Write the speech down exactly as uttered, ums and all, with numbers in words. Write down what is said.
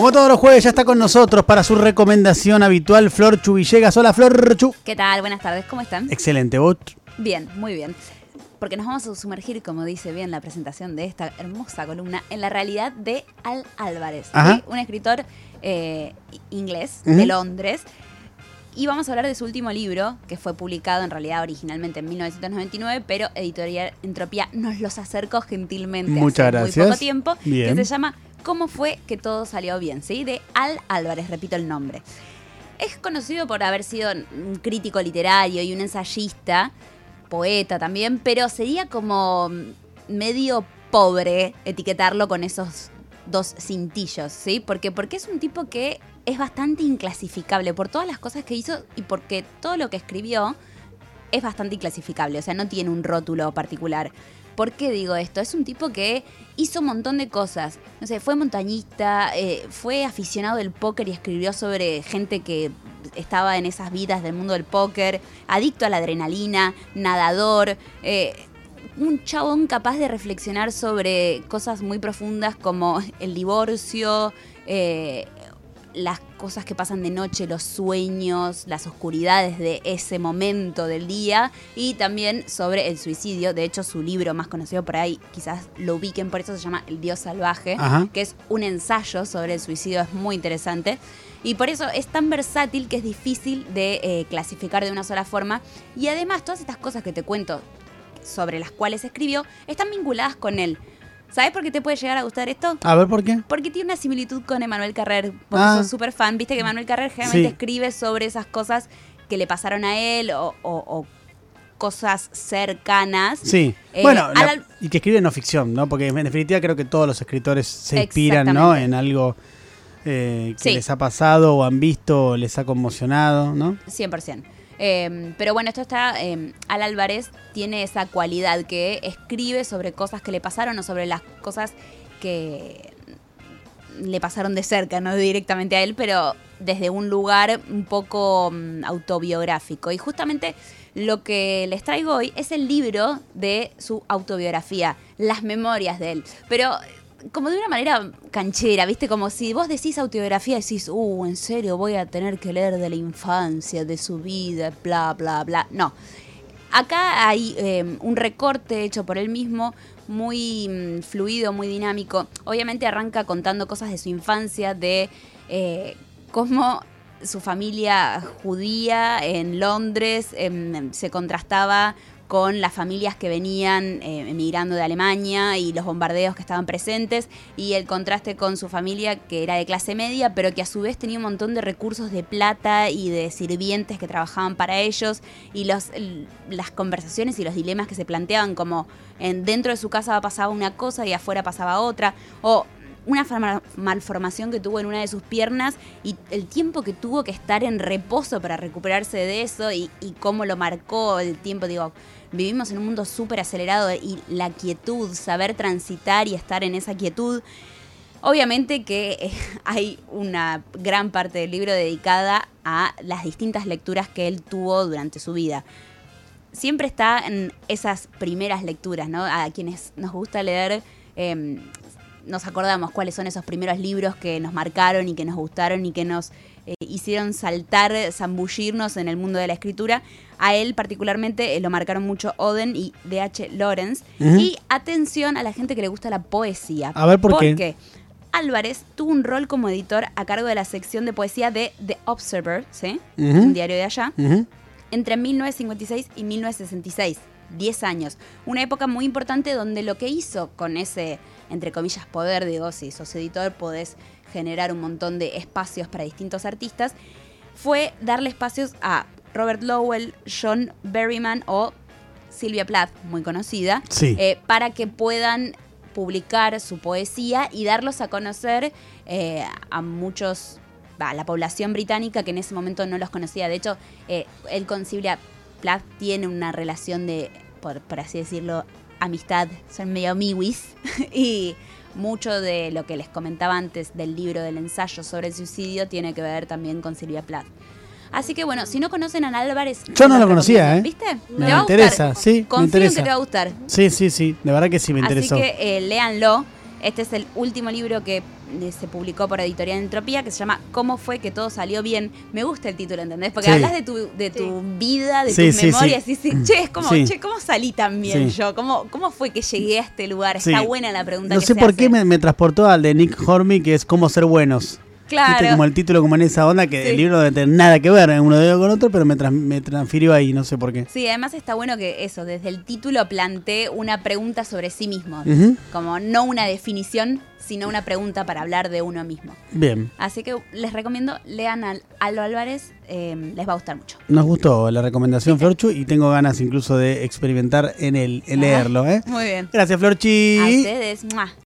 Como todos los jueves ya está con nosotros para su recomendación habitual Flor Chu Villegas. Hola Flor Chu. ¿Qué tal? Buenas tardes, ¿cómo están? Excelente, ¿vos? Bien, muy bien. Porque nos vamos a sumergir, como dice bien la presentación de esta hermosa columna, en la realidad de Al Álvarez, ¿sí? Un escritor eh, inglés uh-huh. de Londres. Y vamos a hablar de su último libro, que fue publicado en realidad originalmente en mil novecientos noventa y nueve, pero Editorial Entropía nos los acercó gentilmente Muchas hace gracias. muy poco tiempo, Bien. que se llama ¿Cómo fue que todo salió bien? ¿Sí? De Al Álvarez, repito el nombre. Es conocido por haber sido un crítico literario y un ensayista, poeta también, pero sería como medio pobre etiquetarlo con esos dos cintillos, ¿sí? Porque, porque es un tipo que es bastante inclasificable por todas las cosas que hizo y porque todo lo que escribió es bastante inclasificable, o sea, no tiene un rótulo particular. ¿Por qué digo esto? Es un tipo que hizo un montón de cosas. No sé, fue montañista, eh, fue aficionado del póker y escribió sobre gente que estaba en esas vidas del mundo del póker, adicto a la adrenalina, nadador, eh, un chabón capaz de reflexionar sobre cosas muy profundas como el divorcio, eh, las cosas que pasan de noche, los sueños, las oscuridades de ese momento del día y también sobre el suicidio. De hecho, su libro más conocido por ahí, quizás lo ubiquen, por eso se llama El Dios Salvaje, Ajá. que es un ensayo sobre el suicidio, es muy interesante. Y por eso es tan versátil que es difícil de eh, clasificar de una sola forma. Y además, todas estas cosas que te cuento sobre las cuales escribió están vinculadas con él. ¿Sabes por qué te puede llegar a gustar esto? A ver, ¿por qué? Porque tiene una similitud con Emmanuel Carréré, porque ah. sos súper fan. Viste que Emmanuel Carréré generalmente sí. escribe sobre esas cosas que le pasaron a él o, o, o cosas cercanas. Sí, eh, bueno, la, la, y que escribe no ficción, ¿no? Porque en definitiva creo que todos los escritores se inspiran, ¿no? En algo eh, que sí. les ha pasado o han visto o les ha conmocionado, ¿no? cien por ciento. Eh, pero bueno, esto está, eh, Al Álvarez tiene esa cualidad que escribe sobre cosas que le pasaron o sobre las cosas que le pasaron de cerca, no directamente a él, pero desde un lugar un poco um, autobiográfico. Y justamente lo que les traigo hoy es el libro de su autobiografía, las memorias de él. Pero como de una manera canchera, ¿viste? Como si vos decís autobiografía, decís, uh, en serio, voy a tener que leer de la infancia, de su vida, bla, bla, bla. No. Acá hay eh, un recorte hecho por él mismo, muy mm, fluido, muy dinámico. Obviamente arranca contando cosas de su infancia, de eh, cómo su familia judía en Londres eh, se contrastaba con las familias que venían eh, emigrando de Alemania y los bombardeos que estaban presentes y el contraste con su familia que era de clase media pero que a su vez tenía un montón de recursos de plata y de sirvientes que trabajaban para ellos y los, las conversaciones y los dilemas que se planteaban como en, dentro de su casa pasaba una cosa y afuera pasaba otra o una malformación que tuvo en una de sus piernas y el tiempo que tuvo que estar en reposo para recuperarse de eso y, y cómo lo marcó el tiempo. Digo, vivimos en un mundo súper acelerado y la quietud, saber transitar y estar en esa quietud. Obviamente que eh, hay una gran parte del libro dedicada a las distintas lecturas que él tuvo durante su vida. Siempre está en esas primeras lecturas, ¿no? A quienes nos gusta leer, eh, nos acordamos cuáles son esos primeros libros que nos marcaron y que nos gustaron y que nos eh, hicieron saltar, zambullirnos en el mundo de la escritura. A él particularmente eh, lo marcaron mucho Oden y D H Lawrence. Uh-huh. Y atención a la gente que le gusta la poesía. A ver, ¿por qué? Porque Álvarez tuvo un rol como editor a cargo de la sección de poesía de The Observer, ¿sí? Uh-huh. Un diario de allá, uh-huh. entre mil novecientos cincuenta y seis y mil novecientos sesenta y seis. diez años. Una época muy importante donde lo que hizo con ese, entre comillas, poder, digo, si sos editor podés generar un montón de espacios para distintos artistas, fue darle espacios a Robert Lowell, John Berryman o Sylvia Plath, muy conocida, sí. eh, para que puedan publicar su poesía y darlos a conocer eh, a muchos, a la población británica que en ese momento no los conocía. De hecho, eh, él con Sylvia Plath tiene una relación de, por, por así decirlo, amistad, son medio amiguis y mucho de lo que les comentaba antes del libro, del ensayo sobre el suicidio, tiene que ver también con Sylvia Plath. Así que bueno, si no conocen a Álvarez... Yo no lo conocía, ¿eh? ¿Viste? Me, me interesa, sí, Confío me interesa. en que te va a gustar. Sí, sí, sí, de verdad que sí me interesó. Así que eh, léanlo. Este es el último libro que se publicó por Editorial Entropía, que se llama ¿Cómo fue que todo salió bien? Me gusta el título, ¿entendés? Porque sí. hablas de tu, de tu sí. vida, de sí, tus sí, memorias, sí. y dices, che, es como, sí. che, ¿cómo salí tan bien sí. yo? ¿Cómo, ¿Cómo fue que llegué a este lugar? Sí. Está buena la pregunta no que sé se por hace. qué me, me transportó al de Nick Hornby, que es Cómo ser buenos. Claro. ¿Viste? Como el título, como en esa onda, que sí. el libro no debe tener nada que ver uno de ellos con otro, pero me, trans, me transfirió ahí, no sé por qué. Sí, además está bueno que eso, desde el título plantee una pregunta sobre sí mismo. Uh-huh. Como no una definición, sino una pregunta para hablar de uno mismo. Bien. Así que les recomiendo, lean a Aldo Álvarez, eh, les va a gustar mucho. Nos gustó la recomendación, sí. Florchu, y tengo ganas incluso de experimentar en el en leerlo. ¿eh? Muy bien. Gracias, Florchi. A ustedes. ¡Mua!